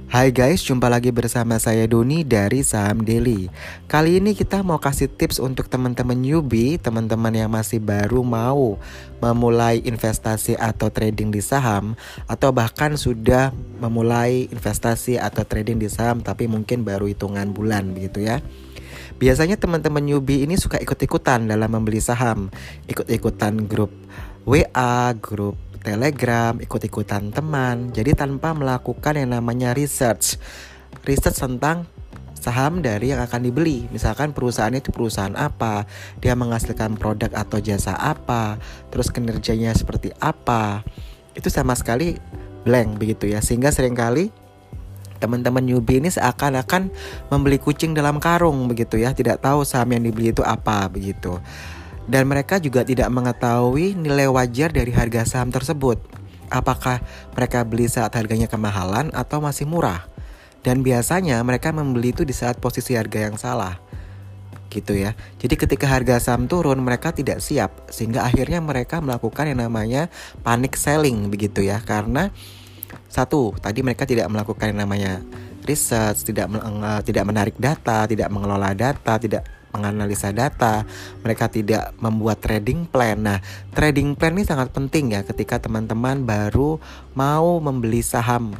Hai guys, jumpa lagi bersama saya Doni dari Saham Daily. Kali ini kita mau kasih tips untuk teman-teman newbie, teman-teman yang masih baru mau memulai investasi atau trading di saham, atau bahkan sudah memulai investasi atau trading di saham tapi mungkin baru hitungan bulan begitu ya. Biasanya teman-teman newbie ini suka ikut-ikutan dalam membeli saham, ikut-ikutan grup WA, grup Telegram, ikut-ikutan teman. Jadi tanpa melakukan yang namanya research tentang saham dari yang akan dibeli. Misalkan perusahaan itu perusahaan apa, dia menghasilkan produk atau jasa apa, terus kinerjanya seperti apa. Itu sama sekali blank begitu ya. Sehingga seringkali teman-teman newbie ini seakan-akan membeli kucing dalam karung begitu ya, tidak tahu saham yang dibeli itu apa begitu. Dan mereka juga tidak mengetahui nilai wajar dari harga saham tersebut. Apakah mereka beli saat harganya kemahalan atau masih murah? Dan biasanya mereka membeli itu di saat posisi harga yang salah. Gitu ya. Jadi ketika harga saham turun, mereka tidak siap. Sehingga akhirnya mereka melakukan yang namanya panic selling begitu ya. Karena satu, tadi mereka tidak melakukan yang namanya research, tidak menarik data, tidak mengelola data, tidak menganalisa data, mereka tidak membuat trading plan. Nah, trading plan ini sangat penting ya ketika teman-teman baru mau membeli saham.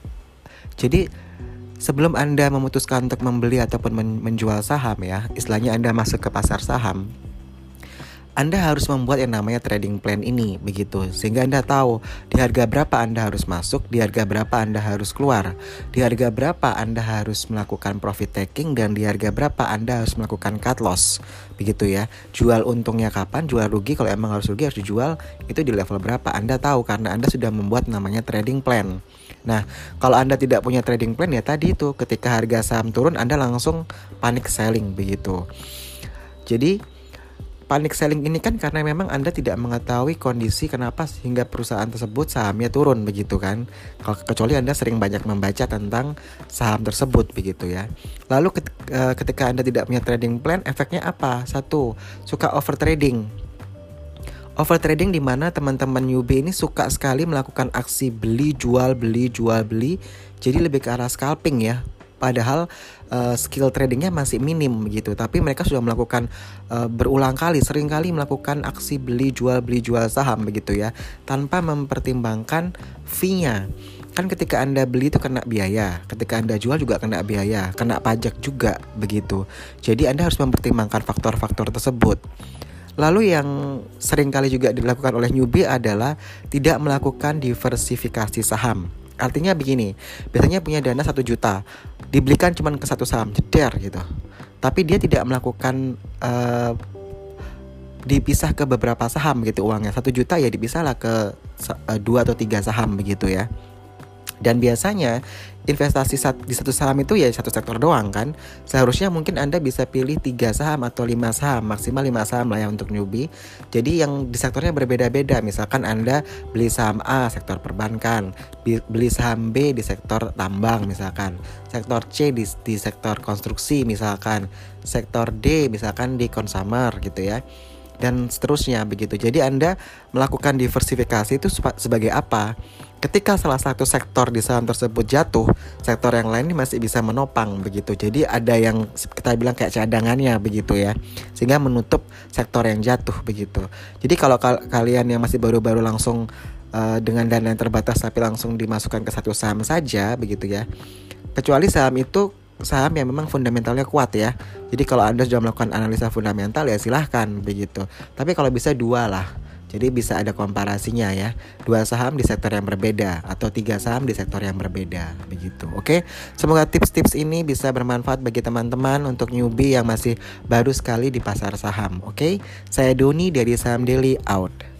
Jadi, sebelum Anda memutuskan untuk membeli ataupun menjual saham ya, istilahnya Anda masuk ke pasar saham, Anda harus membuat yang namanya trading plan ini begitu. Sehingga Anda tahu di harga berapa Anda harus masuk, di harga berapa Anda harus keluar, di harga berapa Anda harus melakukan profit taking, dan di harga berapa Anda harus melakukan cut loss. Begitu ya. Jual untungnya kapan, jual rugi, kalau emang harus rugi harus dijual itu di level berapa. Anda tahu karena Anda sudah membuat namanya trading plan. Nah, kalau Anda tidak punya trading plan ya tadi itu, ketika harga saham turun Anda langsung panic selling begitu. Jadi panic selling ini kan karena memang Anda tidak mengetahui kondisi kenapa sehingga perusahaan tersebut sahamnya turun begitu kan. Kecuali Anda sering banyak membaca tentang saham tersebut begitu ya. Lalu ketika Anda tidak punya trading plan, efeknya apa? Satu, suka overtrading. Overtrading di mana teman-teman newbie ini suka sekali melakukan aksi beli jual beli jual beli. Jadi lebih ke arah scalping ya. Padahal skill tradingnya masih minim gitu. Tapi mereka sudah melakukan berulang kali, sering kali melakukan aksi beli jual saham begitu ya, tanpa mempertimbangkan fee-nya. Kan ketika Anda beli itu kena biaya, ketika Anda jual juga kena biaya, kena pajak juga begitu. Jadi Anda harus mempertimbangkan faktor-faktor tersebut. Lalu yang sering kali juga dilakukan oleh newbie adalah tidak melakukan diversifikasi saham. Artinya begini, biasanya punya dana 1 juta, dibelikan cuma ke satu saham, jeder gitu. Tapi dia tidak melakukan dipisah ke beberapa saham gitu uangnya. 1 juta ya dipisahlah ke 2 atau 3 saham begitu ya. Dan biasanya investasi di satu saham itu ya satu sektor doang kan. Seharusnya mungkin Anda bisa pilih 3 saham atau 5 saham, maksimal 5 saham lah ya untuk newbie. Jadi yang di sektornya berbeda-beda. Misalkan Anda beli saham A sektor perbankan, beli saham B di sektor tambang misalkan, sektor C di sektor konstruksi misalkan, sektor D misalkan di consumer gitu ya, dan seterusnya begitu. Jadi Anda melakukan diversifikasi itu sebagai apa? Ketika salah satu sektor di saham tersebut jatuh, sektor yang lain ini masih bisa menopang begitu. Jadi ada yang kita bilang kayak cadangannya begitu ya, sehingga menutup sektor yang jatuh begitu. Jadi kalau kalian yang masih baru-baru langsung dengan dana yang terbatas tapi langsung dimasukkan ke satu saham saja begitu ya, kecuali saham itu saham yang memang fundamentalnya kuat ya. Jadi kalau Anda sudah melakukan analisa fundamental ya silahkan begitu. Tapi kalau bisa 2 lah. Jadi bisa ada komparasinya ya. 2 saham di sektor yang berbeda atau 3 saham di sektor yang berbeda begitu. Oke. Semoga tips-tips ini bisa bermanfaat bagi teman-teman untuk newbie yang masih baru sekali di pasar saham. Oke. Saya Doni dari Saham Daily out.